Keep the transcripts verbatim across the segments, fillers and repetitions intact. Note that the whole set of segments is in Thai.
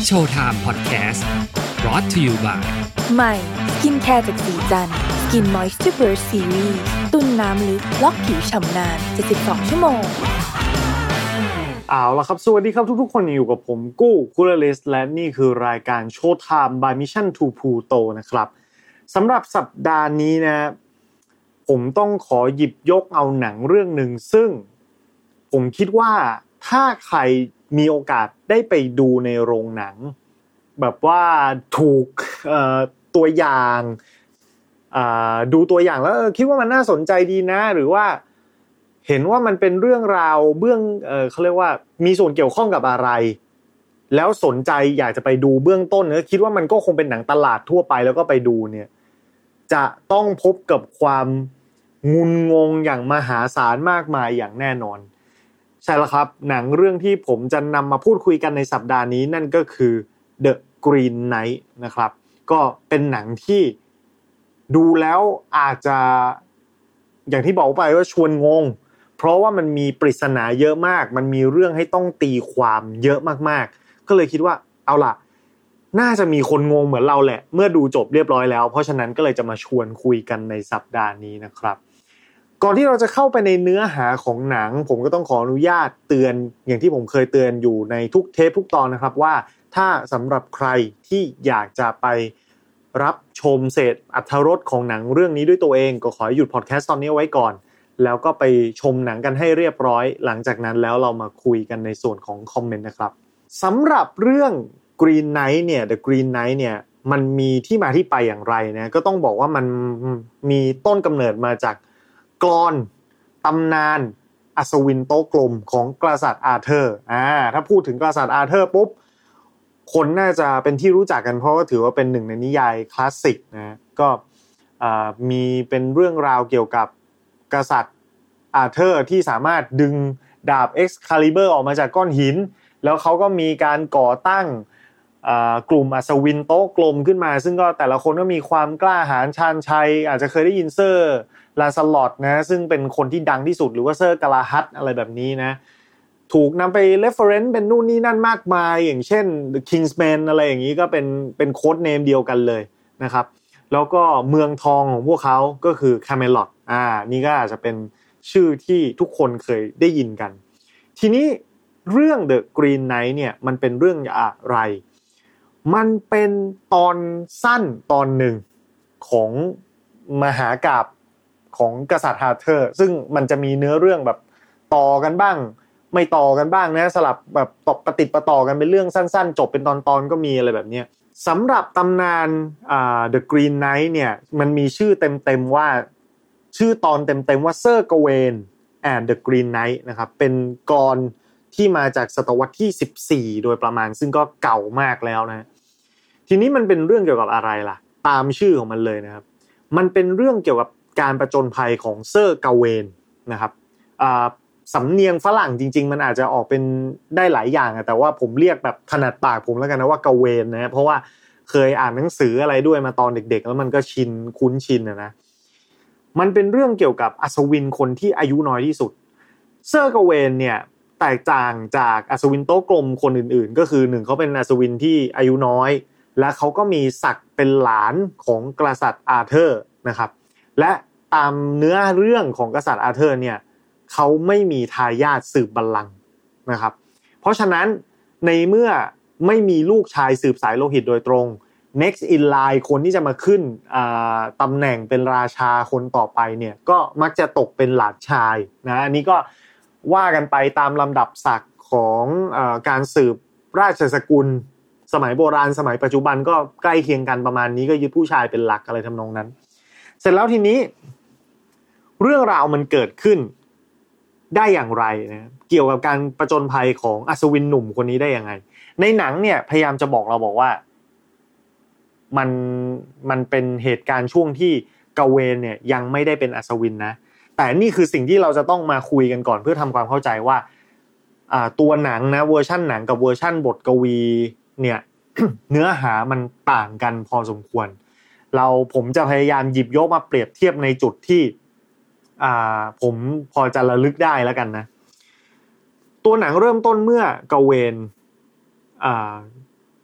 โชว์ไทม์พอดแคสต์ brought to you by ใหม่สกินแคร์จากสีจันทร์ Skin Moisture Burst Series ตุ้นน้ำลึกล็อกผิวฉ่ำนานเจ็ดสิบสองชั่วโมงเอาล่ะครับสวัสดีครับทุกๆคนอยู่กับผมกู้คูลลิสและนี่คือรายการโชว์ไทม์ by Mission to Pluto นะครับสำหรับสัปดาห์นี้นะผมต้องขอหยิบยกเอาหนังเรื่องหนึ่งซึ่งผมคิดว่าถ้าใครมีโอกาสได้ไปดูในโรงหนังแบบว่าถูกเอ่อตัวอย่างอ่าดูตัวอย่างแล้วเออคิดว่ามันน่าสนใจดีนะหรือว่าเห็นว่ามันเป็นเรื่องราวเบื้องเอ่อเขาเรียกว่ามีส่วนเกี่ยวข้องกับอะไรแล้วสนใจอยากจะไปดูเบื้องต้นเนอะคิดว่ามันก็คงเป็นหนังตลาดทั่วไปแล้วก็ไปดูเนี่ยจะต้องพบกับความงุนงงอย่างมหาศาลมากมายอย่างแน่นอนใช่แล้วครับหนังเรื่องที่ผมจะนำมาพูดคุยกันในสัปดาห์นี้นั่นก็คือ The Green Knight นะครับก็เป็นหนังที่ดูแล้วอาจจะอย่างที่บอกไปว่าชวนงงเพราะว่ามันมีปริศนาเยอะมากมันมีเรื่องให้ต้องตีความเยอะมากๆก็เลยคิดว่าเอาล่ะน่าจะมีคนงงเหมือนเราแหละเมื่อดูจบเรียบร้อยแล้วเพราะฉะนั้นก็เลยจะมาชวนคุยกันในสัปดาห์นี้นะครับก่อนที่เราจะเข้าไปในเนื้อหาของหนังผมก็ต้องขออนุญาตเตือนอย่างที่ผมเคยเตือนอยู่ในทุกเทปทุกตอนนะครับว่าถ้าสำหรับใครที่อยากจะไปรับชมเศษอรรถรสของหนังเรื่องนี้ด้วยตัวเองก็ขอหยุดพอดแคสต์ตอนนี้ไว้ก่อนแล้วก็ไปชมหนังกันให้เรียบร้อยหลังจากนั้นแล้วเรามาคุยกันในส่วนของคอมเมนต์นะครับสำหรับเรื่อง Green Knight เนี่ย The Green Knight เนี่ยมันมีที่มาที่ไปอย่างไรนะก็ต้องบอกว่ามันมีต้นกำเนิดมาจากกลอนตำนานอัศวินโต๊ะกลมของกษัตริย์อาเธอร์อ่าถ้าพูดถึงกษัตริย์อาเธอร์ปุ๊บคนน่าจะเป็นที่รู้จักกันเพราะว่าถือว่าเป็นหนึ่งในนิยายคลาสสิกนะก็อ่ามีเป็นเรื่องราวเกี่ยวกับกษัตริย์อาเธอร์ที่สามารถดึงดาบ Excalibur ออกมาจากก้อนหินแล้วเขาก็มีการก่อตั้งกลุ่มอัศวินโต๊ะกลมขึ้นมาซึ่งก็แต่ละคนก็มีความกล้าหาญชาญชัยอาจจะเคยได้ยินเซอร์ลาซาลอตนะซึ่งเป็นคนที่ดังที่สุดหรือว่าเซอร์กาลาฮัดอะไรแบบนี้นะถูกนำไป reference เป็นนู่นนี่นั่นมากมายอย่างเช่น The Kingsman อะไรอย่างนี้ก็เป็นเป็นโค้ดเนมเดียวกันเลยนะครับแล้วก็เมืองทองของพวกเขาก็คือ Camelot อ่านี่ก็อาจจะเป็นชื่อที่ทุกคนเคยได้ยินกันทีนี้เรื่อง The Green Knight เนี่ยมันเป็นเรื่องอะไรมันเป็นตอนสั้นตอนหนึ่งของมหากาพย์ของกษัตริย์อาเธอร์ซึ่งมันจะมีเนื้อเรื่องแบบต่อกันบ้างไม่ต่อกันบ้างนะสลับแบบตบประติดประต่อกันเป็นเรื่องสั้นๆจบเป็นตอนๆก็มีอะไรแบบนี้สำหรับตำนานอ่า The Green Knight เนี่ยมันมีชื่อเต็มๆว่าชื่อตอนเต็มๆว่า Sir Gawain and the Green Knight นะครับเป็นกลที่มาจากศตวรรษที่สิบสี่โดยประมาณซึ่งก็เก่ามากแล้วนะทีนี้มันเป็นเรื่องเกี่ยวกับอะไรล่ะตามชื่อของมันเลยนะครับมันเป็นเรื่องเกี่ยวกับการประจนภัยของเซอร์กาเวนนะครับอ่าสำเนียงฝรั่งจริงๆมันอาจจะออกเป็นได้หลายอย่างแต่ว่าผมเรียกแบบถนัดปากผมแล้วกันนะว่ากาเวนนะเพราะว่าเคยอ่านหนังสืออะไรด้วยมาตอนเด็กๆแล้วมันก็ชินคุ้นชินนะนะมันเป็นเรื่องเกี่ยวกับอัศวินคนที่อายุน้อยที่สุดเซอร์กาเวนเนี่ยแตกต่างจากอัศวินโต๊ะกลมคนอื่นๆก็คือหนึ่งเขาเป็นอัศวินที่อายุน้อยและเขาก็มีศักดิ์เป็นหลานของกษัตริย์อาเธอร์นะครับและตามเนื้อเรื่องของกษัตริย์อาเธอร์เนี่ยเขาไม่มีทายาทสืบบัลลังก์นะครับเพราะฉะนั้นในเมื่อไม่มีลูกชายสืบสายโลหิตโดยตรง next in line คนที่จะมาขึ้นตำแหน่งเป็นราชาคนต่อไปเนี่ยก็มักจะตกเป็นหลานชายนะอันนี้ก็ว่ากันไปตามลำดับศักดิ์ของเอ่อการสืบราชสกุลสมัยโบราณสมัยปัจจุบันก็ใกล้เคียงกันประมาณนี้ก็ยึดผู้ชายเป็นหลักอะไรทำนองนั้นเสร็จแล้วทีนี้เรื่องราวมันเกิดขึ้นได้อย่างไรนะเกี่ยวกับการประจนภัยของอัศวินหนุ่มคนนี้ได้ยังไงในหนังเนี่ยพยายามจะบอกเราบอกว่ามันมันเป็นเหตุการณ์ช่วงที่กาเวนเนี่ยยังไม่ได้เป็นอัศวินนะแต่นี่คือสิ่งที่เราจะต้องมาคุยกันก่อนเพื่อทำความเข้าใจว่าอ่าตัวหนังนะเวอร์ชั่นหนังกับเวอร์ชั่นบทกวีเนี่ย เนื้อหามันต่างกันพอสมควรเราผมจะพยายามหยิบยกมาเปรียบเทียบในจุดที่อ่าผมพอจะระลึกได้แล้วกันนะตัวหนังเริ่มต้นเมื่อกาเวนอ่า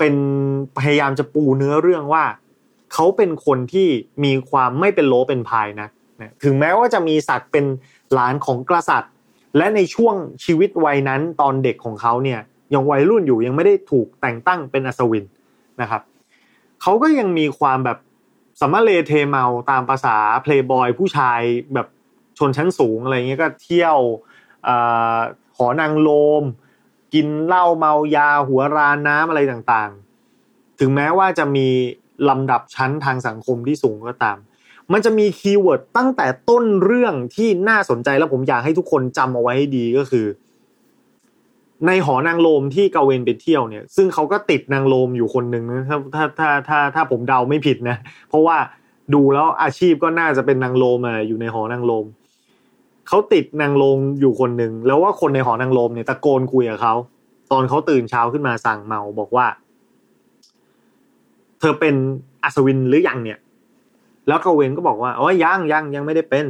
เป็นพยายามจะปูเนื้อเรื่องว่าเขาเป็นคนที่มีความไม่เป็นโลเป็นพายนะถึงแม้ว่าจะมีศักดิ์เป็นหลานของกษัตริย์และในช่วงชีวิตวัยนั้นตอนเด็กของเขาเนี่ยยังวัยรุ่นอยู่ยังไม่ได้ถูกแต่งตั้งเป็นอัศวินนะครับเขาก็ยังมีความแบบสำมะเลเทเมาตามภาษาเพลย์บอยผู้ชายแบบชนชั้นสูงอะไรเงี้ยก็เที่ยวเอ่อหอนางโลมกินเหล้าเมายาหัวราน้ำอะไรต่างๆถึงแม้ว่าจะมีลำดับชั้นทางสังคมที่สูงก็ตามมันจะมีคีย์เวิร์ดตั้งแต่ต้นเรื่องที่น่าสนใจแล้วผมอยากให้ทุกคนจำเอาไว้ให้ดีก็คือในหอนางโลมที่กาเวนไปเที่ยวเนี่ยซึ่งเขาก็ติดนางโลมอยู่คนนึงนะถ้าถ้าถ้าถ้าถ้าผมเดาไม่ผิดนะเพราะว่าดูแล้วอาชีพก็น่าจะเป็นนางโลมอ่ะอยู่ในหอนางโลมเขาติดนางโลมอยู่คนนึงแล้วว่าคนในหอนางโลมเนี่ยตะโกนคุยกับเขาตอนเขาตื่นเช้าขึ้นมาสั่งเมาบอกว่าเธอเป็นอัศวินหรือยังเนี่ยแล้วกาเวนก็บอกว่าอ๋อยังยังยังไม่ได้เป็น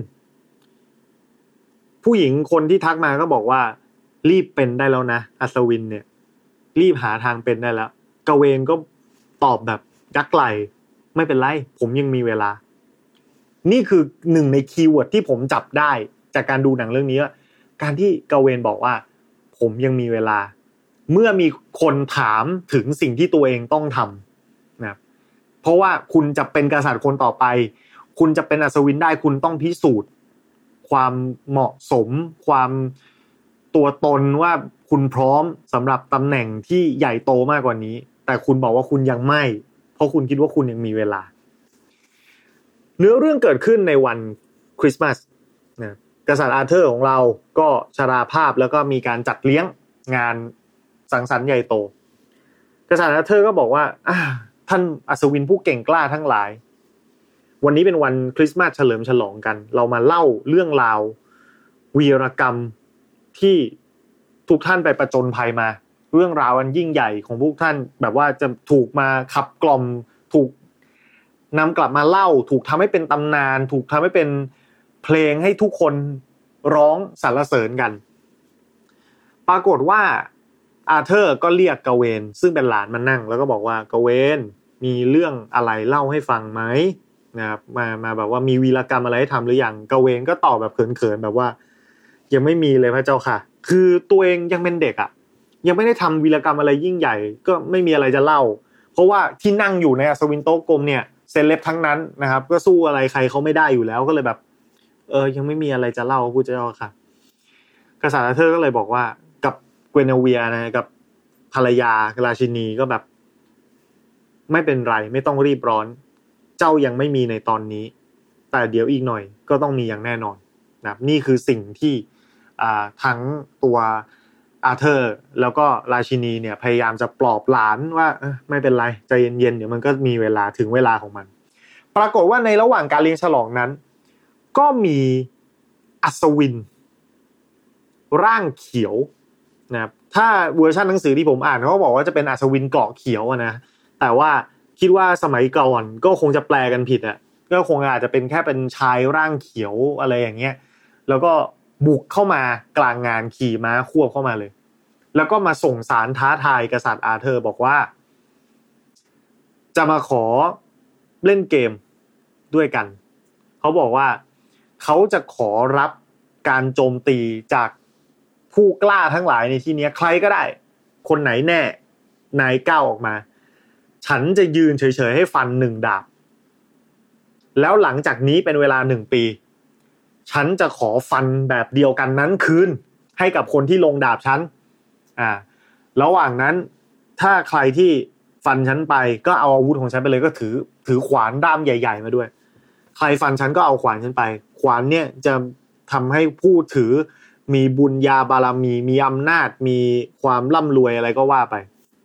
ผู้หญิงคนที่ทักมาก็บอกว่ารีบเป็นได้แล้วนะอัศวินเนี่ยรีบหาทางเป็นได้แล้วกาเวนก็ตอบแบบยักไหลไม่เป็นไรผมยังมีเวลานี่คือหนึ่งในคีย์เวิร์ดที่ผมจับได้จากการดูหนังเรื่องนี้ว่าการที่กาเวนบอกว่าผมยังมีเวลาเมื่อมีคนถามถึงสิ่งที่ตัวเองต้องทำนะครับเพราะว่าคุณจะเป็นกษัตริย์คนต่อไปคุณจะเป็นอัศวินได้คุณต้องพิสูจน์ความเหมาะสมความตัวตนว่าคุณพร้อมสำหรับตำแหน่งที่ใหญ่โตมากกว่านี้แต่คุณบอกว่าคุณยังไม่เพราะคุณคิดว่าคุณยังมีเวลาเนื้อเรื่องเกิดขึ้นในวันคริสต์มาสนะกษัตริย์อาร์เธอร์ของเราก็ชราภาพแล้วก็มีการจัดเลี้ยงงานสังสรรค์ใหญ่โตกษัตริย์อาร์เธอร์ก็บอกว่าท่านอัศวินผู้เก่งกล้าทั้งหลายวันนี้เป็นวันคริสต์มาสเฉลิมฉลองกันเรามาเล่าเรื่องราววีรกรรมที่ทุกท่านไปประจนภัยมาเรื่องราวอันยิ่งใหญ่ของพวกท่านแบบว่าจะถูกมาขับกล่อมถูกนำกลับมาเล่าถูกทำให้เป็นตำนานถูกทำให้เป็นเพลงให้ทุกคนร้องสรรเสริญกันปรากฏว่าอาร์เธอร์ก็เรียกกาเวนซึ่งเป็นหลานมานั่งแล้วก็บอกว่ากาเวนมีเรื่องอะไรเล่าให้ฟังไหมนะครับมามาแบบว่ามีวีรกรรมอะไรให้ทำหรือยังกาเวนก็ตอบแบบเขินๆแบบว่ายังไม่มีเลยพระเจ้าค่ะคือตัวเองยังเป็นเด็กอ่ะยังไม่ได้ทำวีรกรรมอะไรยิ่งใหญ่ก็ไม่มีอะไรจะเล่าเพราะว่าที่นั่งอยู่ในอัศวินโต๊ะกลมเนี่ยเซเลบทั้งนั้นนะครับก็สู้อะไรใครเขาไม่ได้อยู่แล้วก็เลยแบบเออยังไม่มีอะไรจะเล่าพระเจ้าค่ะกษัตริย์อาร์เธอร์ก็เลยบอกว่ากับเกวเนเวียนะกับภรรยาราชินีก็แบบไม่เป็นไรไม่ต้องรีบร้อนเจ้ายังไม่มีในตอนนี้แต่เดี๋ยวอีกหน่อยก็ต้องมีอย่างแน่นอนนะครับนี่คือสิ่งที่อ่าทั้งตัวอาร์เธอร์แล้วก็ราชินีเนี่ยพยายามจะปลอบหลานว่าเออไม่เป็นไรใจเย็นๆเดี๋ยวมันก็มีเวลาถึงเวลาของมันปรากฏว่าในระหว่างการเลี้ยงฉลองนั้นก็มีอัศวินร่างเขียวนะครับถ้าเวอร์ชันหนังสือที่ผมอ่านเขาบอกว่าจะเป็นอัศวินเกราะเขียวนะแต่ว่าคิดว่าสมัยก่อนก็คงจะแปลกันผิดอ่ะก็คงอาจจะเป็นแค่เป็นชายร่างเขียวอะไรอย่างเงี้ยแล้วก็บุกเข้ามากลางงานขี่ม้าควบเข้ามาเลยแล้วก็มาส่งสารท้าทายกษัตริย์อาร์เธอร์บอกว่าจะมาขอเล่นเกมด้วยกันเขาบอกว่าเขาจะขอรับการโจมตีจากผู้กล้าทั้งหลายในที่นี้ใครก็ได้คนไหนแน่นายก้าวออกมาฉันจะยืนเฉยๆให้ฟันหนึ่งดาบแล้วหลังจากนี้เป็นเวลาหนึ่งปีฉันจะขอฟันแบบเดียวกันนั้นคืนให้กับคนที่ลงดาบฉันอ่าระหว่างนั้นถ้าใครที่ฟันฉันไปก็เอาอาวุธของฉันไปเลยก็ถือถือขวานด้ามใหญ่ๆมาด้วยใครฟันฉันก็เอาขวานฉันไปขวานเนี่ยจะทำให้ผู้ถือมีบุญญาบารมีมีอำนาจมีความร่ำรวยอะไรก็ว่าไป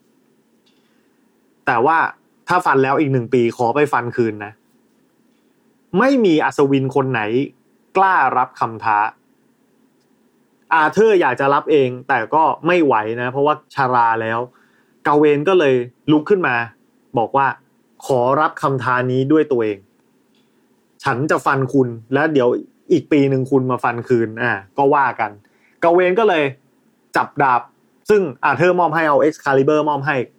แต่ว่าถ้าฟันแล้วอีกหนึ่งปีขอไปฟันคืนนะไม่มีอัศวินคนไหนกล้ารับคำท้าอาร์เธอร์อยากจะรับเองแต่ก็ไม่ไหวนะเพราะว่าชราแล้วกาเวนก็เลยลุกขึ้นมาบอกว่าขอรับคำท้านี้ด้วยตัวเองฉันจะฟันคุณแล้วเดี๋ยวอีกปีนึงคุณมาฟันคืนอ่ะก็ว่ากันกาเวนก็เลยจับดาบซึ่งอาร์เธอร์มอบให้เอา Excalibur มอบให้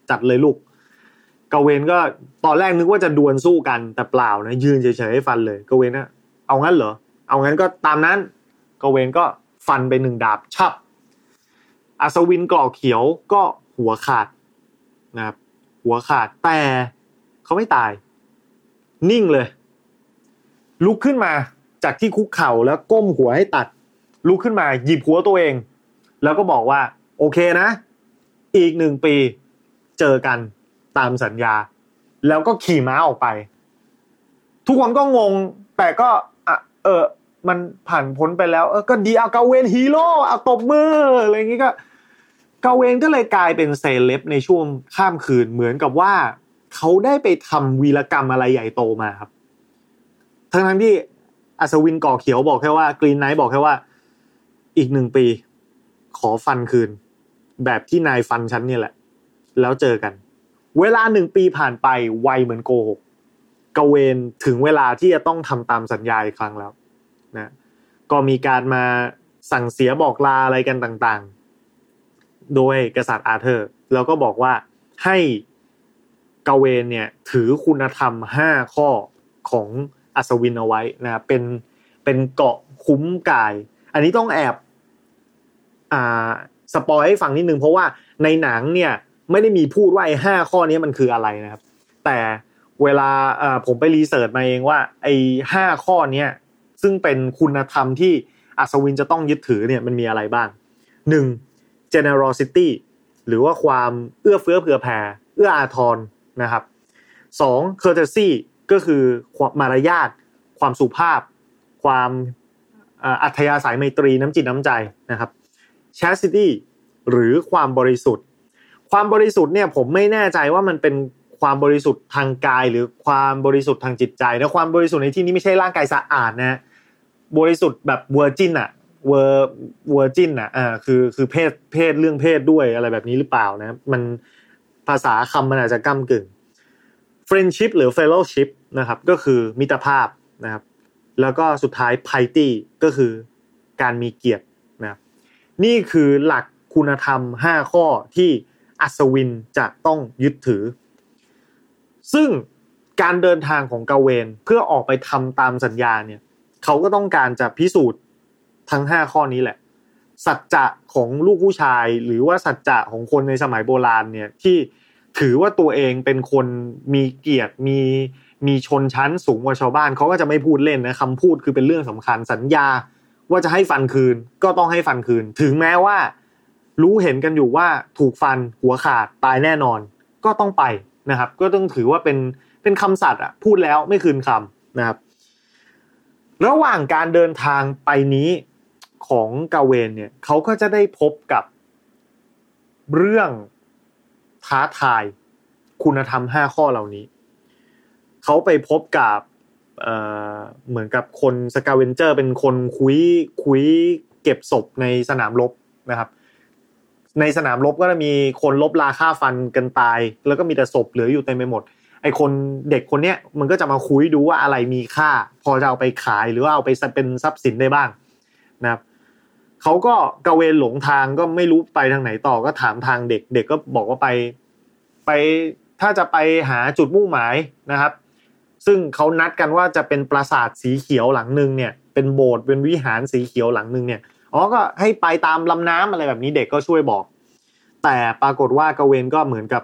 จัดเลยลูกกาเวนก็ตอนแรกนึกว่าจะดวลสู้กันแต่เปล่านะยืนเฉยๆให้ฟันเลยกาเวนนะเอางั้นเหรอเอางั้นก็ตามนั้นกาเวนก็ฟันไปหนึ่งดาบชับอัศวินเกราะเขียวก็หัวขาดนะครับหัวขาดแต่เขาไม่ตายนิ่งเลยลุกขึ้นมาจากที่คุกเข่าแล้วก้มหัวให้ตัดลุกขึ้นมาหยิบหัวตัวเองแล้วก็บอกว่าโอเคนะอีกหนึ่งปีเจอกันตามสัญญาแล้วก็ขี่ม้าออกไปทุกคนก็งงแต่ก็อ่ะเออมันผ่านพ้นไปแล้วเออก็ดีเอากาเวนฮีโร่เอาตบมืออะไรอย่างงี้ก็กาเวนก็เลยกลายเป็นเซเลบในช่วงข้ามคืนเหมือนกับว่าเขาได้ไปทำวีรกรรมอะไรใหญ่โตมาครับทั้งๆที่อัศวินเกราะเขียวบอกแค่ว่ากรีนไนท์บอกแค่ว่าอีกหนึ่งปีขอฟันคืนแบบที่นายฟันฉันเนี่ยแหละแล้วเจอกันเวลาหนึ่งปีผ่านไปไวเหมือนโกหกกาเวนถึงเวลาที่จะต้องทำตามสัญญาอีกครั้งแล้วนะก็มีการมาสั่งเสียบอกลาอะไรกันต่างๆโดยกษัตริย์อาเธอร์แล้วก็บอกว่าให้กาเวนเนี่ยถือคุณธรรมห้าข้อของอัศวินเอาไว้นะเป็นเป็นเกราะคุ้มกายอันนี้ต้องแอบอ่าสปอยให้ฟังนิดนึงเพราะว่าในหนังเนี่ยไม่ได้มีพูดว่าไอ้ห้าข้อนี้มันคืออะไรนะครับแต่เวลาเอ่อผมไปรีเสิร์ชมาเองว่าไอ้ห้าข้อนี้ซึ่งเป็นคุณธรรมที่อัศวินจะต้องยึดถือเนี่ยมันมีอะไรบ้างหนึ่ง generosity หรือว่าความเอื้อเฟื้อเผื่อแผ่เอื้ออาทรนะครับสอง courtesy ก็คือความมารยาทความสุภาพความอัธยาศัยไมตรีน้ำจิตน้ำใจนะครับ chastity หรือความบริสุทธิ์ความบริสุทธิ์เนี่ยผมไม่แน่ใจว่ามันเป็นความบริสุทธิ์ทางกายหรือความบริสุทธิ์ทางจิตใจนะความบริสุทธิ์ในที่นี้ไม่ใช่ร่างกายสะอาดนะบริสุทธิ์แบบเวอร์จินอะเวอร์เวอร์จินอะอ่าคือคือเพศเพศเรื่องเพศด้วยอะไรแบบนี้หรือเปล่านะมันภาษาคำมันอาจจะก้ำกึ่ง friendship หรือ fellowship นะครับก็คือมิตรภาพนะครับแล้วก็สุดท้าย piety ก็คือการมีเกียรตินะครับนี่คือหลักคุณธรรมห้าข้อที่อัศวินจะต้องยึดถือซึ่งการเดินทางของกาเวนเพื่อออกไปทำตามสัญญาเนี่ยเขาก็ต้องการจะพิสูจน์ทั้งห้าข้อนี้แหละสัจจะของลูกผู้ชายหรือว่าสัจจะของคนในสมัยโบราณเนี่ยที่ถือว่าตัวเองเป็นคนมีเกียรติมีมีชนชั้นสูงกว่าชาวบ้านเขาก็จะไม่พูดเล่นนะคำพูดคือเป็นเรื่องสำคัญสัญญาว่าจะให้ฟันคืนก็ต้องให้ฟันคืนถึงแม้ว่ารู้เห็นกันอยู่ว่าถูกฟันหัวขาดตายแน่นอนก็ต้องไปนะครับก็ต้องถือว่าเป็นเป็นคำสัตย์อ่ะพูดแล้วไม่คืนคำนะครับระหว่างการเดินทางไปนี้ของกาเวนเนี่ยเขาก็จะได้พบกับเรื่องท้าทายคุณธรรมห้าข้อเหล่านี้เขาไปพบกับเอ่อเหมือนกับคนสกาเวนเจอร์เป็นคนคุยคุยเก็บศพในสนามรบนะครับในสนามรบก็จะมีคนลบราฆ่าฟันกันตายแล้วก็มีแต่ศพเหลืออยู่เต็มไปหมดไอ้คนเด็กคนเนี้ยมันก็จะมาคุยดูว่าอะไรมีค่าพอจะเอาไปขายหรือว่าเอาไปเป็นทรัพย์สินได้บ้างนะครับเขาก็กระเวนหลงทางก็ไม่รู้ไปทางไหนต่อก็ถามทางเด็กเด็กก็บอกว่าไปไปถ้าจะไปหาจุดมุ่งหมายนะครับซึ่งเขานัดกันว่าจะเป็นปราสาทสีเขียวหลังนึงเนี่ยเป็นโบสถ์เป็นวิหารสีเขียวหลังนึงเนี่ยอ๋อก็ให้ไปตามลำน้ำอะไรแบบนี้เด็กก็ช่วยบอกแต่ปรากฏว่ากาเวนก็เหมือนกับ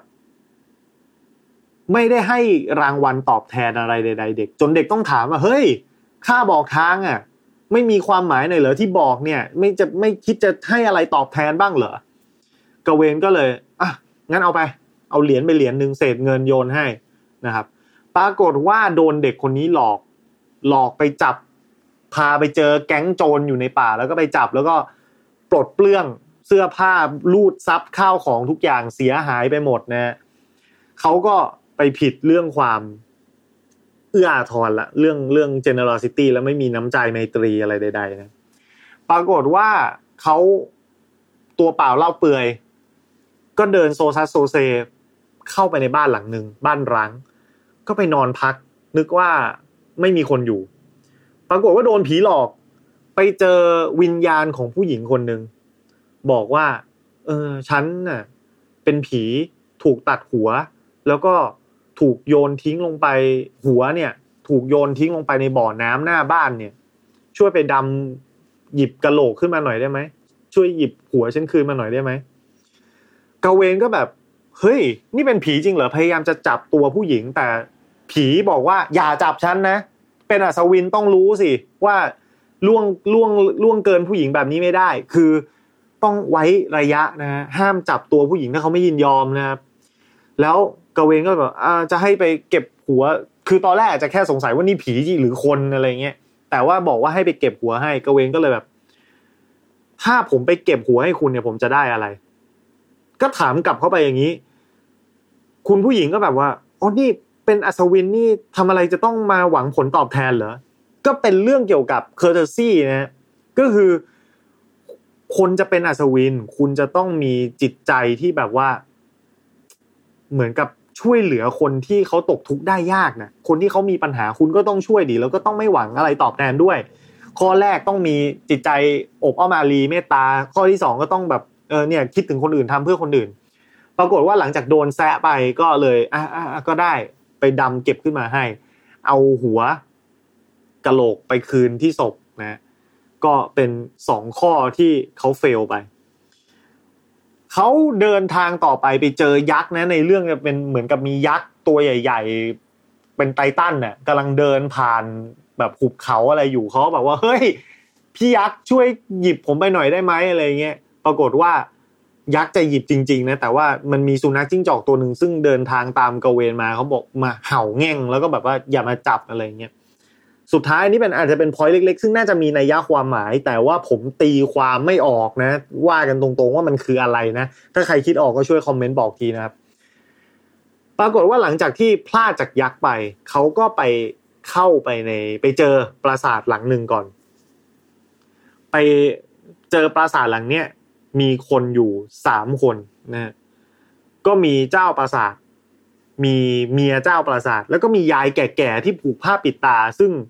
ไม่ได้ให้รางวัลตอบแทนอะไรใดๆเด็กจนเด็กต้องถามว่าเฮ้ยข้าบอกทางอ่ะไม่มีความหมายหน่อยเหรอที่บอกเนี่ยไม่จะไม่คิดจะให้อะไรตอบแทนบ้างเหรอกาเวนก็เลยอ่ะงั้นเอาไปเอาเหรียญไปเหรียญนึงเศษเงินโยนให้นะครับปรากฏว่าโดนเด็กคนนี้หลอกหลอกไปจับพาไปเจอแก๊งโจรอยู่ในป่าแล้วก็ไปจับแล้วก็ปลดเปลื้องเสื้อผ้าลูดซับข้าวของทุกอย่างเสียหายไปหมดนะเขาก็ไปผิดเรื่องความเอื้ออาทรละเรื่องเรื่อง generosity แล้วไม่มีน้ำใจไมตรีอะไรใดๆนะปรากฏว่าเขาตัวเปล่าเล่าเปลือยก็เดินโซซัสโซเซเข้าไปในบ้านหลังนึงบ้านร้างก็ไปนอนพักนึกว่าไม่มีคนอยู่ปรากฏว่าโดนผีหลอกไปเจอวิญญาณของผู้หญิงคนนึงบอกว่าเออฉันน่ะเป็นผีถูกตัดหัวแล้วก็ถูกโยนทิ้งลงไปหัวเนี่ยถูกโยนทิ้งลงไปในบ่อน้ำหน้าบ้านเนี่ยช่วยไปดำหยิบกะโหลกขึ้นมาหน่อยได้ไหมช่วยหยิบหัวฉันคืนมาหน่อยได้ไหมกาเวนก็แบบเฮ้ยนี่เป็นผีจริงเหรอพยายามจะจับตัวผู้หญิงแต่ผีบอกว่าอย่าจับฉันนะเป็นอัศวินต้องรู้สิว่าล่วงล่วงล่วงเกินผู้หญิงแบบนี้ไม่ได้คือต้องไว้ระยะนะฮะห้ามจับตัวผู้หญิงถ้าเขาไม่ยินยอมนะครับแล้วกาเวนก็แบบอ่าจะให้ไปเก็บหัวคือตอนแรกอาจจะแค่สงสัยว่านี่ผีหรือคนอะไรเงี้ยแต่ว่าบอกว่าให้ไปเก็บหัวให้กาเวนก็เลยแบบถ้าผมไปเก็บหัวให้คุณเนี่ยผมจะได้อะไรก็ถามกลับเข้าไปอย่างนี้คุณผู้หญิงก็แบบว่าอ๋อนี่เป็นอัศวินนี่ทำอะไรจะต้องมาหวังผลตอบแทนเหรอก็เป็นเรื่องเกี่ยวกับ courtesy นะก็คือคนจะเป็นอัศวินคุณจะต้องมีจิตใจที่แบบว่าเหมือนกับช่วยเหลือคนที่เขาตกทุกข์ได้ยากนะคนที่เขามีปัญหาคุณก็ต้องช่วยดีแล้วก็ต้องไม่หวังอะไรตอบแทนด้วยข้อแรกต้องมีจิตใจอบอ้อมอารีเมตตาข้อที่สองก็ต้องแบบเออเนี่ยคิดถึงคนอื่นทำเพื่อคนอื่นปรากฏว่าหลังจากโดนแซะไปก็เลยอ่ะๆก็ได้ไปดำเก็บขึ้นมาให้เอาหัวกะโหลกไปคืนที่ศพนะก็เป็นสองข้อที่เขาเฟลไปเขาเดินทางต่อไปไปเจอยักษ์นะในเรื่องจะเป็นเหมือนกับมียักษ์ตัวใหญ่ๆเป็นไททันน่ะกำลังเดินผ่านแบบหุบเขาอะไรอยู่เขาแบบว่าเฮ้ยพี่ยักษ์ช่วยหยิบผมไปหน่อยได้ไหมอะไรเงี้ยปรากฏว่ายักษ์จะหยิบจริงๆนะแต่ว่ามันมีสุนัขจิ้งจอกตัวนึงซึ่งเดินทางตามกาเวนมาเขาบอกมาเห่าแง่งแล้วก็แบบว่าอย่ามาจับอะไรเงี้ยสุดท้ายนี่เป็นอาจจะเป็นพอยต์เล็กๆซึ่งน่าจะมีนัยความหมายแต่ว่าผมตีความไม่ออกนะว่ากันตรงๆว่ามันคืออะไรนะถ้าใครคิดออกก็ช่วยคอมเมนต์บอกทีนะครับปรากฏว่าหลังจากที่พลาดจากยักษ์ไปเขาก็ไปเข้าไปในไปเจอปราสาทหลังนึงก่อนไปเจอปราสาทหลังเนี้ยมีคนอยู่สามคนนะก็มีเจ้าปราสาทมีเมียเจ้าปราสาทแล้วก็มียายแก่ๆที่ผูกผ้าปิดตาซึ่ง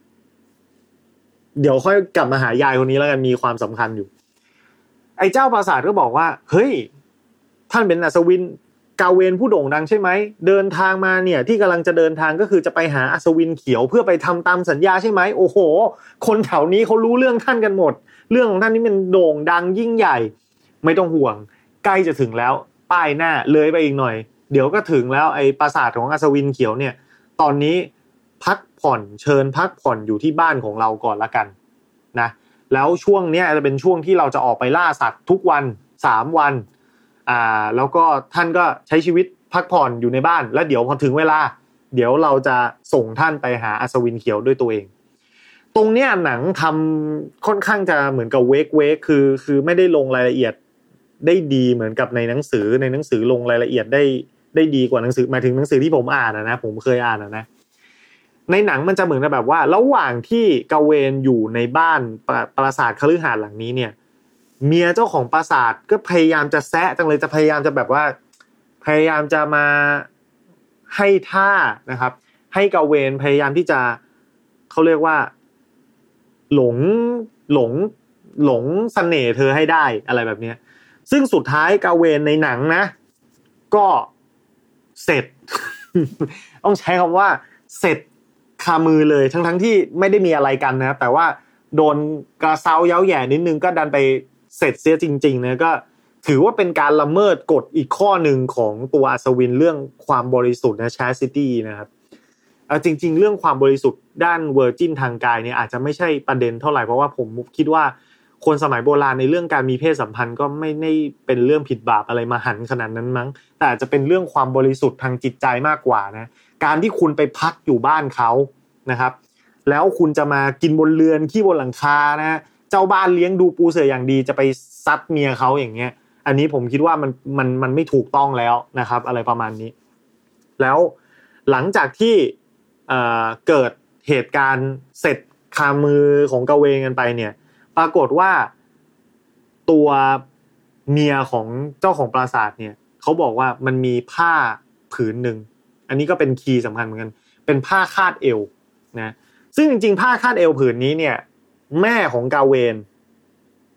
เดี๋ยวค่อยกลับมาหายายคนนี้แล้วกันมีความสำคัญอยู่ไอ้เจ้าปราสาทก็บอกว่าเฮ้ยท่านเป็นอัศวินกาเวนผู้โด่งดังใช่ไหมเดินทางมาเนี่ยที่กำลังจะเดินทางก็คือจะไปหาอัศวินเขียวเพื่อไปทำตามสัญญาใช่ไหมโอ้โหคนแถวนี้เขารู้เรื่องท่านกันหมดเรื่องของท่านนี่มันโด่งดังยิ่งใหญ่ไม่ต้องห่วงใกล้จะถึงแล้วป้ายหน้าเลยไปอีกหน่อยเดี๋ยวก็ถึงแล้วไอ้ปราสาทของอัศวินเขียวเนี่ยตอนนี้พักผ่อนเชิญพักผ่อนอยู่ที่บ้านของเราก่อนละกันนะแล้วช่วงเนี้ยจะเป็นช่วงที่เราจะออกไปล่าสัตว์ทุกวันสามวันอ่าแล้วก็ท่านก็ใช้ชีวิตพักผ่อนอยู่ในบ้านแล้วเดี๋ยวพอถึงเวลาเดี๋ยวเราจะส่งท่านไปหาอัศวินเขียวด้วยตัวเองตรงเนี้ยหนังทำค่อนข้างจะเหมือนกับเวกเวกคือคือไม่ได้ลงรายละเอียดได้ดีเหมือนกับในหนังสือในหนังสือลงรายละเอียดได้ได้ดีกว่าหนังสือหมายถึงหนังสือที่ผมอ่านนะผมเคยอ่านนะในหนังมันจะเหมือนแบบว่าระหว่างที่กาเวนอยู่ในบ้านปราสาทคฤหาสน์หลังนี้เนี่ยเมียเจ้าของปราสาทก็พยายามจะแซะจังเลยจะพยายามจะแบบว่าพยายามจะมาให้ท่านะครับให้กาเวนพยายามที่จะเขาเรียกว่าหลงหลงหลงเสน่ห์เธอให้ได้อะไรแบบนี้ซึ่งสุดท้ายกาเวนในหนังนะก็เสร็จ ต้องใช้คำว่าเสร็จคามือเลยทั้งๆที่ไม่ได้มีอะไรกันนะแต่ว่าโดนกระเซาเย้าแย่นิดนึงก็ดันไปเสร็จเสียจริงๆนะก็ถือว่าเป็นการละเมิดกฎอีกข้อนึงของตัวอัศวินเรื่องความบริสุทธิ์นะ chastity นะครับเอาจริงๆเรื่องความบริสุทธิ์ด้านเวอร์จินทางกายเนี่ยอาจจะไม่ใช่ประเด็นเท่าไหร่เพราะว่าผมคิดว่าคนสมัยโบราณในเรื่องการมีเพศสัมพันธ์ก็ไม่ได้เป็นเรื่องผิดบาปอะไรมหันต์ขนาดนั้นมั้งแต่อาจจะเป็นเรื่องความบริสุทธิ์ทางจิตใจมากกว่านะการที่คุณไปพักอยู่บ้านเขานะครับแล้วคุณจะมากินบนเรือนขี้บนหลังคานะเจ้าบ้านเลี้ยงดูปูเสืออย่างดีจะไปซัดเมียเขาอย่างเงี้ยอันนี้ผมคิดว่ามันมันมันไม่ถูกต้องแล้วนะครับอะไรประมาณนี้แล้วหลังจากที่เอ่อเกิดเหตุการณ์เสร็จคามือของกาเวนกันไปเนี่ยปรากฏว่าตัวเมียของเจ้าของปราสาทเนี่ยเขาบอกว่ามันมีผ้าผืนนึงอันนี้ก็เป็นคีย์สำคัญเหมือนกันเป็นผ้าคาดเอวนะซึ่งจริงๆผ้าคาดเอวผืนนี้เนี่ยแม่ของกาเวน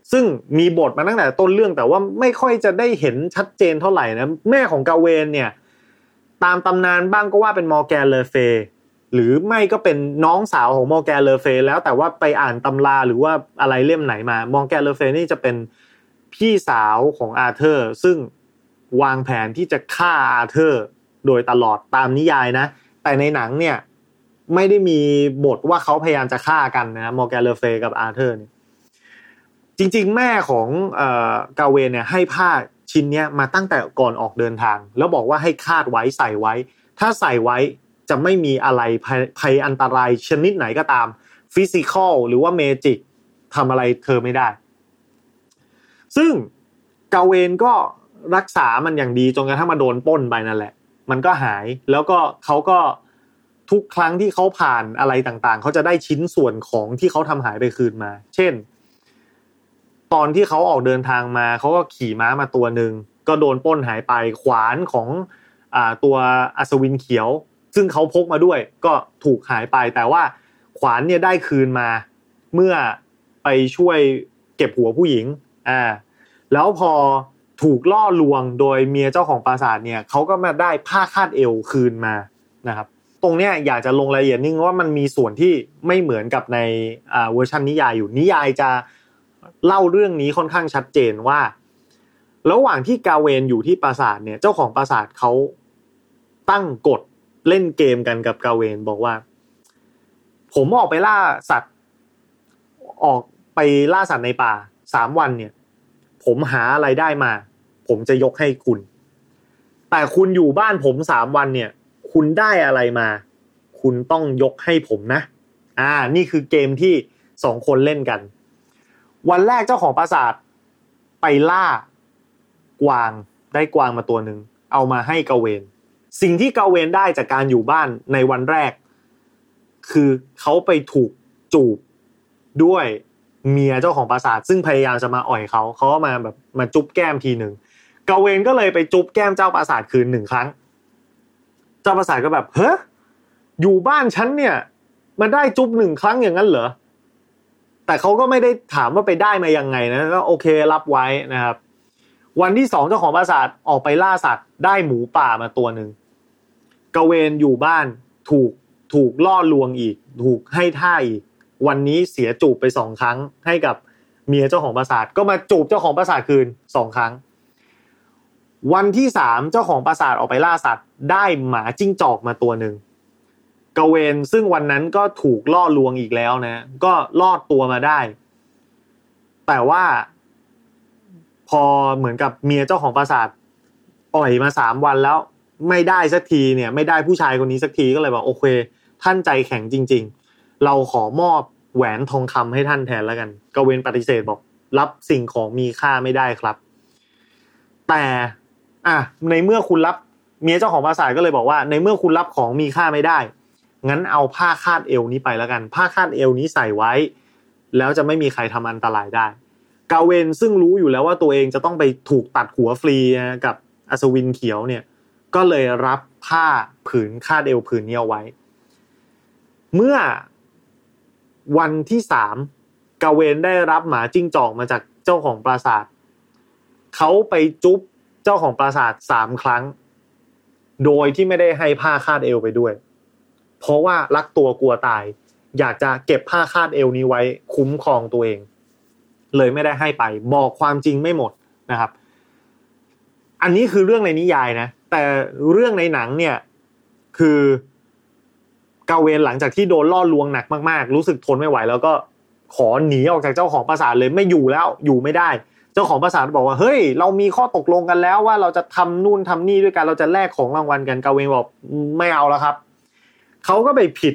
ซึ่งมีบทมาตั้งแต่ต้นเรื่องแต่ว่าไม่ค่อยจะได้เห็นชัดเจนเท่าไหร่นะแม่ของกาเวนเนี่ยตามตำนานบ้างก็ว่าเป็นมอร์แกนเลอเฟย์หรือไม่ก็เป็นน้องสาวของมอร์แกนเลอเฟย์แล้วแต่ว่าไปอ่านตำราหรือว่าอะไรเล่มไหนมามอร์แกนเลอเฟย์นี่จะเป็นพี่สาวของอาร์เธอร์ซึ่งวางแผนที่จะฆ่าอาร์เธอร์โดยตลอดตามนิยายนะแต่ในหนังเนี่ยไม่ได้มีบทว่าเขาพยายามจะฆ่ากันนะมอร์แกนเลอเฟย์กับอาร์เธอร์เนี่ยจริงๆแม่ของเอ่อกาเวนเนี่ยให้ผ้าชิ้นเนี้ยมาตั้งแต่ก่อนออกเดินทางแล้วบอกว่าให้คาดไว้ใส่ไว้ถ้าใส่ไว้จะไม่มีอะไรภัยอันตรายชนิดไหนก็ตามฟิสิคอลหรือว่าเมจิกทำอะไรเธอไม่ได้ซึ่งกาเวนก็รักษามันอย่างดีจนกระทั่งมาโดนปล้นไปนั่นแหละมันก็หายแล้วก็เขาก็ทุกครั้งที่เขาผ่านอะไรต่างๆเขาจะได้ชิ้นส่วนของที่เขาทำหายไปคืนมาเช่นตอนที่เขาออกเดินทางมาเขาก็ขี่ม้ามาตัวนึงก็โดนปล้นหายไปขวานของอ่าตัวอัศวินเขียวซึ่งเขาพกมาด้วยก็ถูกหายไปแต่ว่าขวานเนี่ยได้คืนมาเมื่อไปช่วยเก็บหัวผู้หญิงอ่าแล้วพอถูกล่อลวงโดยเมียเจ้าของปราสาทเนี่ยเขาก็มาได้ผ้าคาดเอวคืนมานะครับตรงเนี้ยอยากจะลงรายละเอียดนิดนึงว่ามันมีส่วนที่ไม่เหมือนกับในอ่าเวอร์ชันนิยายอยู่นิยายจะเล่าเรื่องนี้ค่อนข้างชัดเจนว่าระหว่างที่กาเวนอยู่ที่ปราสาทเนี่ยเจ้าของปราสาทเขาตั้งกฎเล่นเกมกันกับกาเวนบอกว่าผมออกไปล่าสัตว์ออกไปล่าสัตว์ในป่าสามวันเนี่ยผมหาอะไรได้มาผมจะยกให้คุณแต่คุณอยู่บ้านผมสามวันเนี่ยคุณได้อะไรมาคุณต้องยกให้ผมนะอ่านี่คือเกมที่สองคนเล่นกันวันแรกเจ้าของปราสาทไปล่ากวางได้กวางมาตัวนึงเอามาให้กาเวนสิ่งที่กาเวนได้จากการอยู่บ้านในวันแรกคือเขาไปถูกจูบด้วยเมียเจ้าของปราสาทซึ่งพยายามจะมาอ่อยเขาเขาก็มาแบบมาจุ๊บแก้มทีนึงกาเวนก็เลยไปจุ๊บแก้มเจ้าปราสาทคืนหนึ่งครั้งเจ้าปราสาทก็แบบเฮ้ยอยู่บ้านฉันเนี่ยมาได้จุ๊บหนึ่งครั้งอย่างนั้นเหรอแต่เขาก็ไม่ได้ถามว่าไปได้มายังไงนะก็โอเครับไว้นะครับวันที่สองเจ้าของปราสาทออกไปล่าสัตว์ได้หมูป่ามาตัวนึงกาเวนอยู่บ้านถูกถูกล่อลวงอีกถูกให้ท่าอีกวันนี้เสียจูบไปสองครั้งให้กับเมียเจ้าของปราสาทก็มาจูบเจ้าของปราสาทคืนสองครั้งวันที่สามเจ้าของปราสาทออกไปล่าสัตว์ได้หมาจิ้งจอกมาตัวนึงกาเวนซึ่งวันนั้นก็ถูกล่อลวงอีกแล้วนะก็รอดตัวมาได้แต่ว่าพอเหมือนกับเมียเจ้าของปราสาทอ่อยมาสามวันแล้วไม่ได้สักทีเนี่ยไม่ได้ผู้ชายคนนี้สักทีก็เลยบอกโอเคท่านใจแข็งจริงๆเราขอมอบแหวนทองคำให้ท่านแทนแล้วกันกาเวนปฏิเสธบอกรับสิ่งของมีค่าไม่ได้ครับแต่อ่ะในเมื่อคุณรับเมียเจ้าของปราสาทก็เลยบอกว่าในเมื่อคุณรับของมีค่าไม่ได้งั้นเอาผ้าคาดเอวนี้ไปแล้วกันผ้าคาดเอวนี้ใส่ไว้แล้วจะไม่มีใครทำอันตรายได้กาเวนซึ่งรู้อยู่แล้วว่าตัวเองจะต้องไปถูกตัดหัวฟรีกับอัศวินเขียวเนี่ยก็เลยรับผ้าผืนคาดเอวผืนนี้เอาไว้เมื่อวันที่สามกาเวนได้รับหมาจิ้งจอกมาจากเจ้าของปราสาทเขาไปจุ๊บเจ้าของปราสาทสามครั้งโดยที่ไม่ได้ให้ผ้าคาดเอวไปด้วยเพราะว่ารักตัวกลัวตายอยากจะเก็บผ้าคาดเอวนี้ไว้คุ้มครองตัวเองเลยไม่ได้ให้ไปบอกความจริงไม่หมดนะครับอันนี้คือเรื่องในนิยายนะแต่เรื่องในหนังเนี่ยคือกาเวนหลังจากที่โดนล่อลวงหนักมากๆรู้สึกทนไม่ไหวแล้วก็ขอหนีออกจากเจ้าของปราสาทเลยไม่อยู่แล้วอยู่ไม่ได้เจ้าของปราสาทบอกว่าเฮ้ยเรามีข้อตกลงกันแล้วว่าเราจะทำนู่นทำนี่ด้วยกันเราจะแลกของรางวัลกันกาเวนบอกไม่เอาแล้วครับเขาก็ไปผิด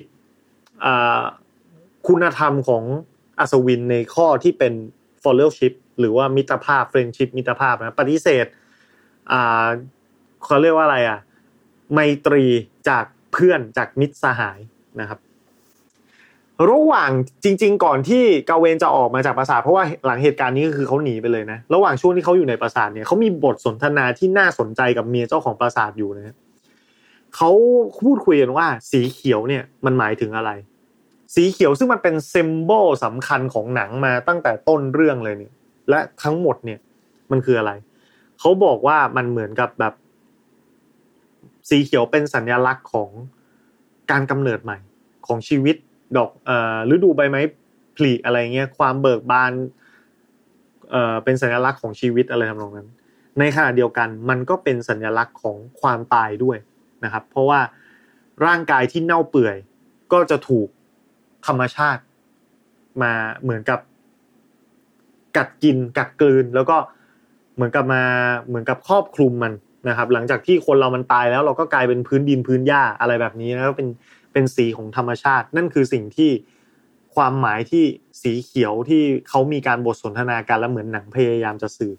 คุณธรรมของอัศวินในข้อที่เป็น fellowship หรือว่ามิตรภาพ friendship มิตรภาพนะปฏิเสธอ่าเขาเรียกว่าอะไรอ่ะไมตรีจากเพื่อนจากมิตรสหายนะครับระหว่างจริงๆก่อนที่กาเวนจะออกมาจากปราสาทเพราะว่าหลังเหตุการณ์นี้ก็คือเขาหนีไปเลยนะระหว่างช่วงที่เขาอยู่ในปราสาทเนี่ยเขามีบทสนทนาที่น่าสนใจกับเมียเจ้าของปราสาทอยู่นะเขาพูดคุยกันว่าสีเขียวเนี่ยมันหมายถึงอะไรสีเขียวซึ่งมันเป็นซิมโบลสำคัญของหนังมาตั้งแต่ต้นเรื่องเลยเนี่ยและทั้งหมดเนี่ยมันคืออะไรเขาบอกว่ามันเหมือนกับแบบสีเขียวเป็นสัญลักษณ์ของการกำเนิดใหม่ของชีวิตดอกเอ่อฤดูใบไม้ผลิอะไรเงี้ยความเบิกบานเอ่อเป็นสัญลักษณ์ของชีวิตอะไรทำนองนั้นในขณะเดียวกันมันก็เป็นสัญลักษณ์ของความตายด้วยนะครับเพราะว่าร่างกายที่เน่าเปื่อยก็จะถูกธรรมชาติมาเหมือนกับกัดกินกัดกลืนแล้วก็เหมือนกับมาเหมือนกับครอบคลุมมันนะครับหลังจากที่คนเรามันตายแล้วเราก็กลายเป็นพื้นดินพื้นหญ้าอะไรแบบนี้นะก็เป็นเป็นสีของธรรมชาตินั่นคือสิ่งที่ความหมายที่สีเขียวที่เขามีการบทสนทนากันแล้วเหมือนหนังพยายามจะสื่อ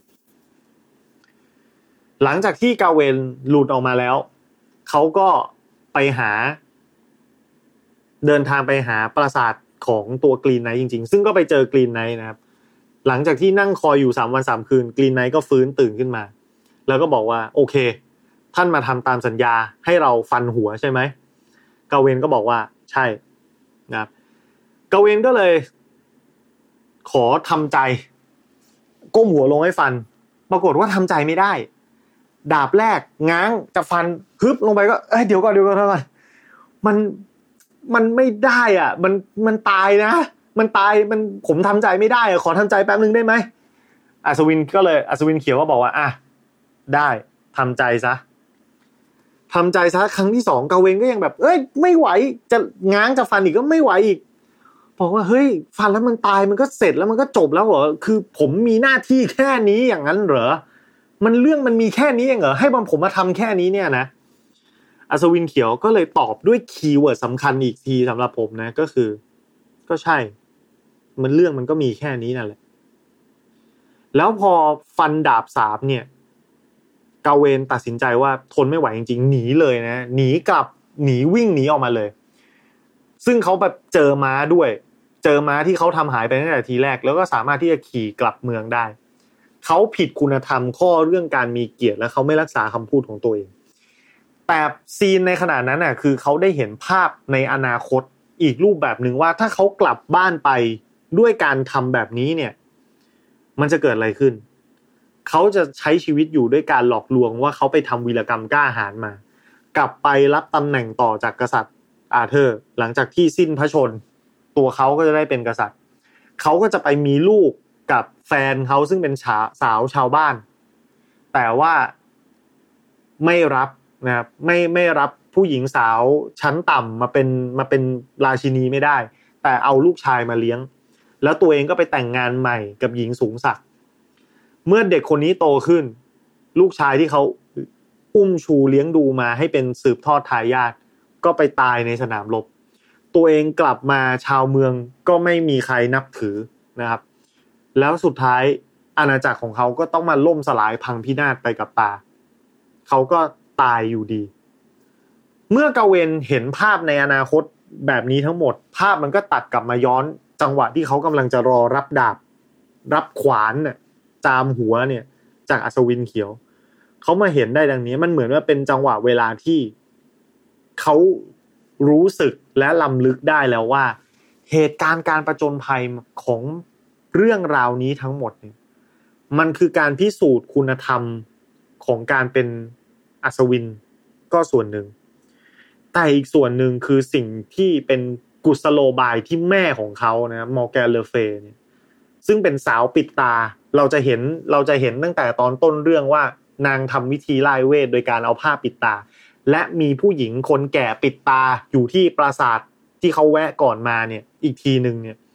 หลังจากที่กาเวนหลุดออกมาแล้วเขาก็ไปหาเดินทางไปหาปราสาทของตัวกรีนไนท์จริงๆซึ่งก็ไปเจอกรีนไนท์นะครับหลังจากที่นั่งคอยอยู่สามวันสามคืนกรีนไนท์ก็ฟื้นตื่นขึ้นมาแล้วก็บอกว่าโอเคท่านมาทำตามสัญญาให้เราฟันหัวใช่ไหมกาเวนก็บอกว่าใช่นะครับกาเวนก็เลยขอทำใจก้มหัวลงให้ฟันปรากฏว่าทำใจไม่ได้ดาบแรกง้างจะฟันฮึบลงไปก็เอ้ยเดี๋ยวก่อนเดี๋ยวก่อนเท่ากันมันมันไม่ได้อ่ะมันมันตายนะมันตายมันผมทำใจไม่ได้อ่ะขอทำใจแป๊บนึงได้ไหมอัศวินก็เลยอัศวินเขียวก็บอกว่าอ่ะได้ทำใจซะทำใจซะครั้งที่สองกาเวนก็ยังแบบเอ้ยไม่ไหวจะง้างจะฟันอีกก็ไม่ไหวอีกบอกว่าเฮ้ยฟันแล้วมันตายมันก็เสร็จแล้วมันก็จบแล้วเหรอคือผมมีหน้าที่แค่นี้อย่างนั้นเหรอมันเรื่องมันมีแค่นี้เองเหรอให้ผมมาทำแค่นี้เนี่ยนะอัศวินเขียวก็เลยตอบด้วยคีย์เวิร์ดสำคัญอีกทีสำหรับผมนะก็คือก็ใช่มันเรื่องมันก็มีแค่นี้นั่นแหละแล้วพอฟันดาบสามเนี่ยกาเวนตัดสินใจว่าทนไม่ไหวจริงๆหนีเลยนะหนีกลับหนีวิ่งหนีออกมาเลยซึ่งเขาแบบเจอม้าด้วยเจอม้าที่เขาทำหายไปตั้งแต่ทีแรกแล้วก็สามารถที่จะขี่กลับเมืองได้เขาผิดคุณธรรมข้อเรื่องการมีเกียรติและเขาไม่รักษาคำพูดของตัวเองแต่ซีนในขณะนั้นน่ะคือเขาได้เห็นภาพในอนาคตอีกรูปแบบนึงว่าถ้าเขากลับบ้านไปด้วยการทำแบบนี้เนี่ยมันจะเกิดอะไรขึ้นเขาจะใช้ชีวิตอยู่ด้วยการหลอกลวงว่าเขาไปทำวีรกรรมกล้าหาญมากลับไปรับตำแหน่งต่อจากกษัตริย์อาเธอร์หลังจากที่สิ้นพระชนม์ตัวเขาก็จะได้เป็นกษัตริย์เขาก็จะไปมีลูกกับแฟนเขาซึ่งเป็นสาวชาวบ้านแต่ว่าไม่รับนะครับไม่ไม่รับผู้หญิงสาวชั้นต่ำมาเป็นมาเป็นราชินีไม่ได้แต่เอาลูกชายมาเลี้ยงแล้วตัวเองก็ไปแต่งงานใหม่กับหญิงสูงศักดิ์เมื่อเด็กคนนี้โตขึ้นลูกชายที่เขาอุ้มชูเลี้ยงดูมาให้เป็นสืบทอดทายาทก็ไปตายในสนามรบตัวเองกลับมาชาวเมืองก็ไม่มีใครนับถือนะครับแล้วสุดท้ายอาณาจักรของเขาก็ต้องมาล่มสลายพังพินาศไปกับตาเขาก็ตายอยู่ดีเมื่อกาเวนเห็นภาพในอนาคตแบบนี้ทั้งหมดภาพมันก็ตัดกลับมาย้อนจังหวะที่เขากำลังจะรอรับดาบรับขวานน่ะจามหัวเนี่ยจากอัศวินเขียวเขามาเห็นได้ดังนี้มันเหมือนว่าเป็นจังหวะเวลาที่เขารู้สึกและลำลึกได้แล้วว่าเหตุการณ์การประจนภัยของเรื่องราวนี้ทั้งหมดเนี่ยมันคือการพิสูจน์คุณธรรมของการเป็นอัศวินก็ส่วนหนึ่งแต่อีกส่วนหนึ่งคือสิ่งที่เป็นกุศโลบายที่แม่ของเขานะมอร์แกนเลเฟเนี่ยซึ่งเป็นสาวปิดตาเราจะเห็นเราจะเห็นตั้งแต่ตอนต้นเรื่องว่านางทำวิธีไล่เวทโดยการเอาผ้าปิดตาและมีผู้หญิงคนแก่ปิดตาอยู่ที่ปราสาทที่เขาแวะก่อนมาเนี่ยอีกทีนึงเนี่ย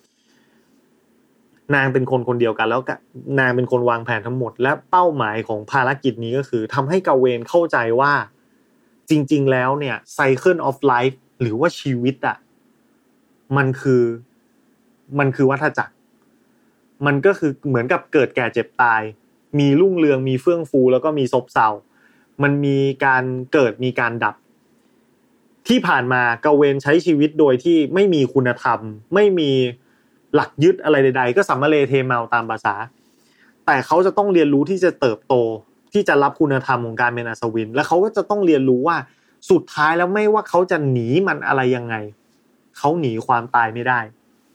นางเป็นคนคนเดียวกันแล้วนางเป็นคนวางแผนทั้งหมดและเป้าหมายของภารกิจนี้ก็คือทำให้กาเวนเข้าใจว่าจริงๆแล้วเนี่ย Cycle of Life หรือว่าชีวิตอ่ะมันคือมันคือวัฏจักรมันก็คือเหมือนกับเกิดแก่เจ็บตายมีรุ่งเรืองมีเฟื่องฟูแล้วก็มีซบเซามันมีการเกิดมีการดับที่ผ่านมากาเวนใช้ชีวิตโดยที่ไม่มีคุณธรรมไม่มีหลักยึดอะไรใดๆก็สัมมาเลเทเมาตามภาษาแต่เขาจะต้องเรียนรู้ที่จะเติบโตที่จะรับคุณธรรมของการเป็นอัศวินและเขาก็จะต้องเรียนรู้ว่าสุดท้ายแล้วไม่ว่าเขาจะหนีมันอะไรยังไงเขาหนีความตายไม่ได้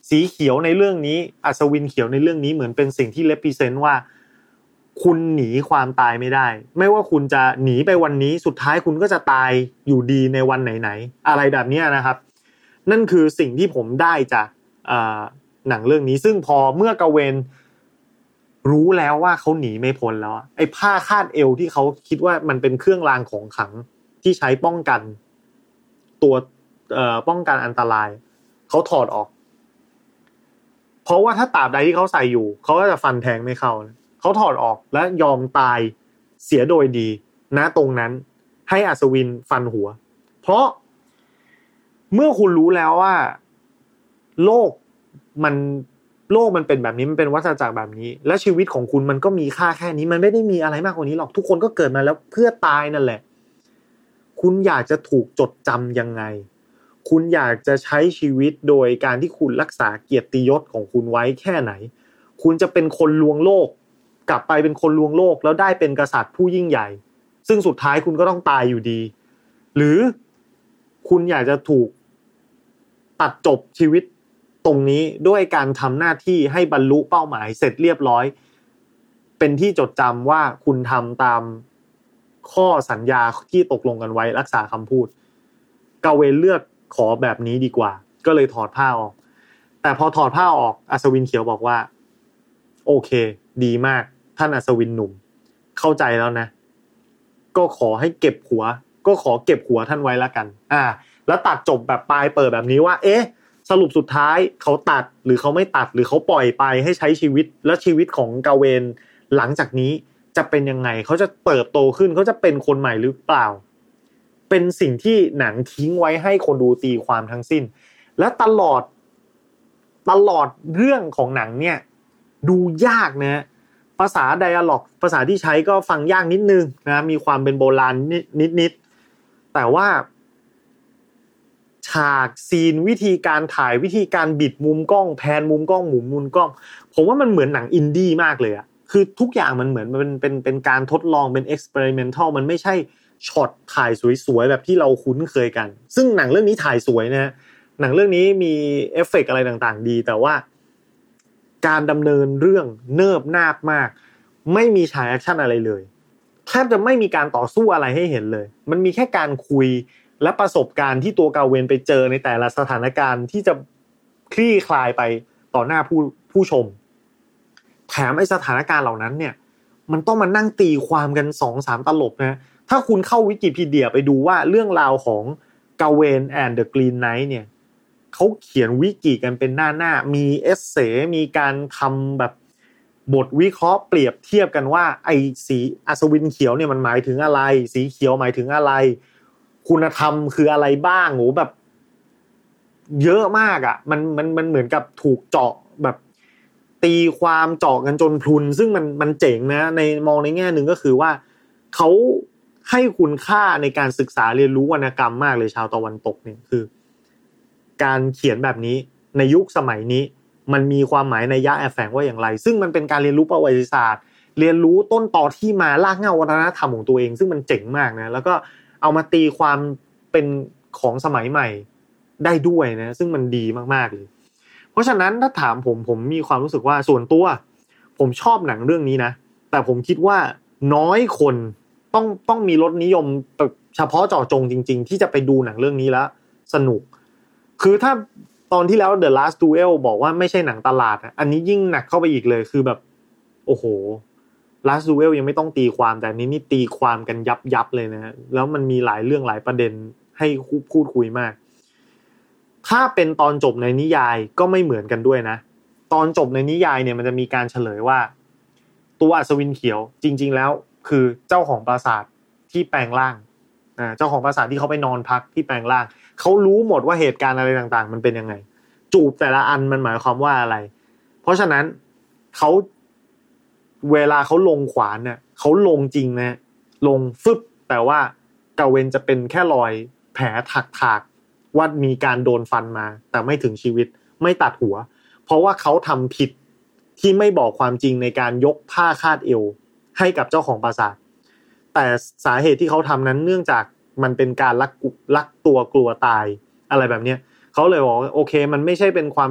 สีเขียวในเรื่องนี้อัศวินเขียวในเรื่องนี้เหมือนเป็นสิ่งที่ represent ว่าคุณหนีความตายไม่ได้ไม่ว่าคุณจะหนีไปวันนี้สุดท้ายคุณก็จะตายอยู่ดีในวันไหนๆอะไรแบบนี้นะครับนั่นคือสิ่งที่ผมได้จากหนังเรื่องนี้ซึ่งพอเมื่อกาเวนรู้แล้วว่าเขาหนีไม่พ้นแล้วไอ้ผ้าคาดเอวที่เขาคิดว่ามันเป็นเครื่องรางของขลังที่ใช้ป้องกันตัวเอ่อป้องกันอันตรายเขาถอดออกเพราะว่าถ้าตราบใดที่เขาใส่อยู่เขาก็จะฟันแทงไม่เข้าเขาถอดออกและยอมตายเสียโดยดีณตรงนั้นให้อัศวินฟันหัวเพราะเมื่อคุณรู้แล้วว่าโลกมันโลกมันเป็นแบบนี้มันเป็นวัฏจักรแบบนี้และชีวิตของคุณมันก็มีค่าแค่นี้มันไม่ได้มีอะไรมากกว่านี้หรอกทุกคนก็เกิดมาแล้วเพื่อตายนั่นแหละคุณอยากจะถูกจดจำยังไงคุณอยากจะใช้ชีวิตโดยการที่คุณรักษาเกียรติยศของคุณไว้แค่ไหนคุณจะเป็นคนลวงโลกกลับไปเป็นคนลวงโลกแล้วได้เป็นกษัตริย์ผู้ยิ่งใหญ่ซึ่งสุดท้ายคุณก็ต้องตายอยู่ดีหรือคุณอยากจะถูกตัดจบชีวิตตรงนี้ด้วยการทำหน้าที่ให้บรรลุเป้าหมายเสร็จเรียบร้อยเป็นที่จดจำว่าคุณทำตามข้อสัญญาที่ตกลงกันไว้รักษาคำพูดกาเวนเลือกขอแบบนี้ดีกว่าก็เลยถอดผ้าออกแต่พอถอดผ้าออกอัศวินเขียวบอกว่าโอเคดีมากท่านอัศวินหนุ่มเข้าใจแล้วนะก็ขอให้เก็บหัวก็ขอเก็บหัวท่านไว้ละกันอ่าแล้วตัดจบแบบปลายเปิดแบบนี้ว่าเอ๊ะสรุปสุดท้ายเขาตัดหรือเขาไม่ตัดหรือเขาปล่อยไปให้ใช้ชีวิตและชีวิตของกาเวนหลังจากนี้จะเป็นยังไงเขาจะเติบโตขึ้นเขาจะเป็นคนใหม่หรือเปล่าเป็นสิ่งที่หนังทิ้งไว้ให้คนดูตีความทั้งสิ้นและตลอดตลอดเรื่องของหนังเนี่ยดูยากนะภาษาไดอะล็อกภาษาที่ใช้ก็ฟังยากนิดนึงนะมีความเป็นโบราณนิดๆแต่ว่าฉากซีนวิธีการถ่ายวิธีการบิดมุมกล้องแพนมุมกล้องหมุนมุมกล้องผมว่ามันเหมือนหนังอินดี้มากเลยอ่ะคือทุกอย่างมันเหมือนมันเป็นเป็นเป็นการทดลองเป็นเอ็กซ์เพริเมนทัลมันไม่ใช่ช็อตถ่ายสวยๆแบบที่เราคุ้นเคยกันซึ่งหนังเรื่องนี้ถ่ายสวยนะฮะหนังเรื่องนี้มีเอฟเฟกต์อะไรต่างๆดีแต่ว่าการดำเนินเรื่องเนิบนาบมากไม่มีฉากแอคชั่นอะไรเลยแทบจะไม่มีการต่อสู้อะไรให้เห็นเลยมันมีแค่การคุยและประสบการณ์ที่ตัวกาเวนไปเจอในแต่ละสถานการณ์ที่จะคลี่คลายไปต่อหน้าผู้ผู้ชมแถมไอ้สถานการณ์เหล่านั้นเนี่ยมันต้องมานั่งตีความกัน สองสาม ตลบนะถ้าคุณเข้าวิกิพีเดียไปดูว่าเรื่องราวของ Gawain and the Green Knight เนี่ยเขาเขียนวิกิกันเป็นหน้าๆมีเอสเซมีการทำแบบบทวิเคราะห์เปรียบเทียบกันว่าไอ้สีอัศวินเขียวเนี่ยมันหมายถึงอะไรสีเขียวหมายถึงอะไรคุณธรรมคืออะไรบ้างโหแบบเยอะมากอ่ะมันมันมันเหมือนกับถูกเจาะแบบตีความเจาะกันจนพลุนซึ่งมันมันเจ๋งนะในมองในแง่นึงก็คือว่าเขาให้คุณค่าในการศึกษาเรียนรู้วรรณกรรมมากเลยชาวตะวันตกเนี่ยคือการเขียนแบบนี้ในยุคสมัยนี้มันมีความหมายนัยยะแอบแฝงว่าอย่างไรซึ่งมันเป็นการเรียนรู้ประวัติศาสตร์เรียนรู้ต้นตอที่มารากเหง้าวัฒนธรรมของตัวเองซึ่งมันเจ๋งมากนะแล้วก็เอามาตีความเป็นของสมัยใหม่ได้ด้วยนะซึ่งมันดีมากๆเลยเพราะฉะนั้นถ้าถามผมผมมีความรู้สึกว่าส่วนตัวผมชอบหนังเรื่องนี้นะแต่ผมคิดว่าน้อยคนต้องต้องมีรสนิยมเฉพาะเจาะจงจริงๆที่จะไปดูหนังเรื่องนี้แล้วสนุกคือถ้าตอนที่แล้ว The Last Duel บอกว่าไม่ใช่หนังตลาดอันนี้ยิ่งหนักเข้าไปอีกเลยคือแบบโอ้โหLast Duel ยังไม่ต้องตีความแต่นี้นี่ตีความกันยับยับเลยนะฮะแล้วมันมีหลายเรื่องหลายประเด็นให้พูดคุยมากถ้าเป็นตอนจบในนิยายก็ไม่เหมือนกันด้วยนะตอนจบในนิยายเนี่ยมันจะมีการเฉลยว่าตัวอัศวินเขียวจริงๆแล้วคือเจ้าของปราสาทที่แปลงร่างอ่าเจ้าของปราสาทที่เขาไปนอนพักที่แปลงร่างเขารู้หมดว่าเหตุการณ์อะไรต่างๆมันเป็นยังไงจูบแต่ละอันมันหมายความว่าอะไรเพราะฉะนั้นเขาเวลาเขาลงขวานเนี่ยเขาลงจริงนะลงฟึบแต่ว่ากาเวนจะเป็นแค่รอยแผลถักๆว่ามีการโดนฟันมาแต่ไม่ถึงชีวิตไม่ตัดหัวเพราะว่าเขาทำผิดที่ไม่บอกความจริงในการยกผ้าคาดเอวให้กับเจ้าของปราสาทแต่สาเหตุที่เขาทำนั้นเนื่องจากมันเป็นการลักลักตัวกลัวตายอะไรแบบนี้เขาเลยบอกโอเคมันไม่ใช่เป็นความผิด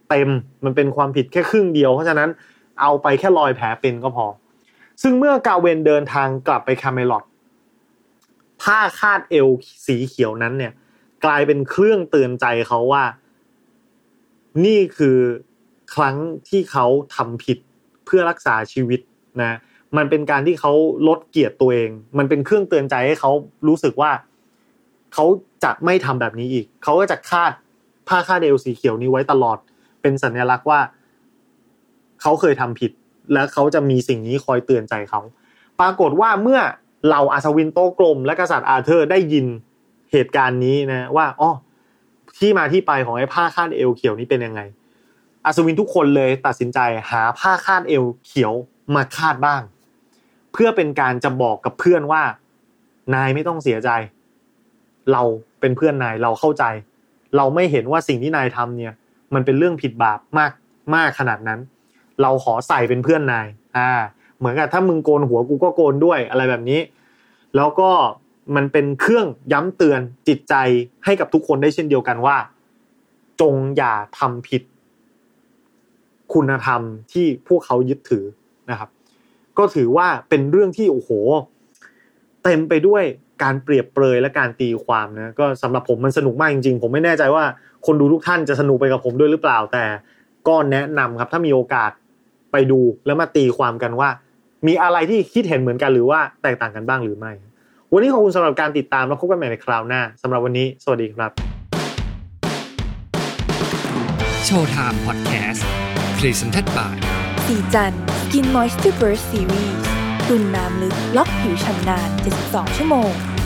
เต็มมันเป็นความผิดแค่ครึ่งเดียวเพราะฉะนั้นเอาไปแค่รอยแผลเป็นก็พอซึ่งเมื่อกาเวนเดินทางกลับไปคาเมลอตผ้าคาดเอวสีเขียวนั้นเนี่ยกลายเป็นเครื่องเตือนใจเขาว่านี่คือครั้งที่เขาทำผิดเพื่อรักษาชีวิตนะมันเป็นการที่เขาลดเกียรติตัวเองมันเป็นเครื่องเตือนใจให้เขารู้สึกว่าเขาจะไม่ทำแบบนี้อีกเขาก็จะคาดผ้าคาดเอวสีเขียวนี้ไว้ตลอดเป็นสัญลักษณ์ว่าเขาเคยทำผิดและเขาจะมีสิ่งนี้คอยเตือนใจเขาปรากฏว่าเมื่อเหล่าอัศวินโต๊ะกลมและกษัตริย์อาเธอร์ได้ยินเหตุการณ์นี้นะว่าอ๋อที่มาที่ไปของไอ้ผ้าคาดเอวเขียวนี้เป็นยังไงอัศวินทุกคนเลยตัดสินใจหาผ้าคาดเอวเขียวมาคาดบ้างเพื่อเป็นการจะบอกกับเพื่อนว่านายไม่ต้องเสียใจเราเป็นเพื่อนนายเราเข้าใจเราไม่เห็นว่าสิ่งที่นายทำเนี่ยมันเป็นเรื่องผิดบาปมากมากขนาดนั้นเราขอใส่เป็นเพื่อนนายอ่าเหมือนกับถ้ามึงโกนหัวกูก็โกนด้วยอะไรแบบนี้แล้วก็มันเป็นเครื่องย้ำเตือนจิตใจให้กับทุกคนได้เช่นเดียวกันว่าจงอย่าทำผิดคุณธรรมที่พวกเขายึดถือนะครับก็ถือว่าเป็นเรื่องที่โอ้โหเต็มไปด้วยการเปรียบเปรยและการตีความนะก็สำหรับผมมันสนุกมากจริงๆผมไม่แน่ใจว่าคนดูทุกท่านจะสนุกไปกับผมด้วยหรือเปล่าแต่ก็แนะนำครับถ้ามีโอกาสไปดูแล้วมาตีความกันว่ามีอะไรที่คิดเห็นเหมือนกันหรือว่าแตกต่างกันบ้างหรือไม่วันนี้ขอบคุณสำหรับการติดตามแล้วพบกันใหม่ในคราวหน้าสำหรับวันนี้สวัสดีครับโชว์ไทม์พอดแคสต์ Presented by สีจัน Skin Moisture Burst Series ตุ่นน้ำลึกล็อกผิวชำนานเจ็ดสิบสองชั่วโมง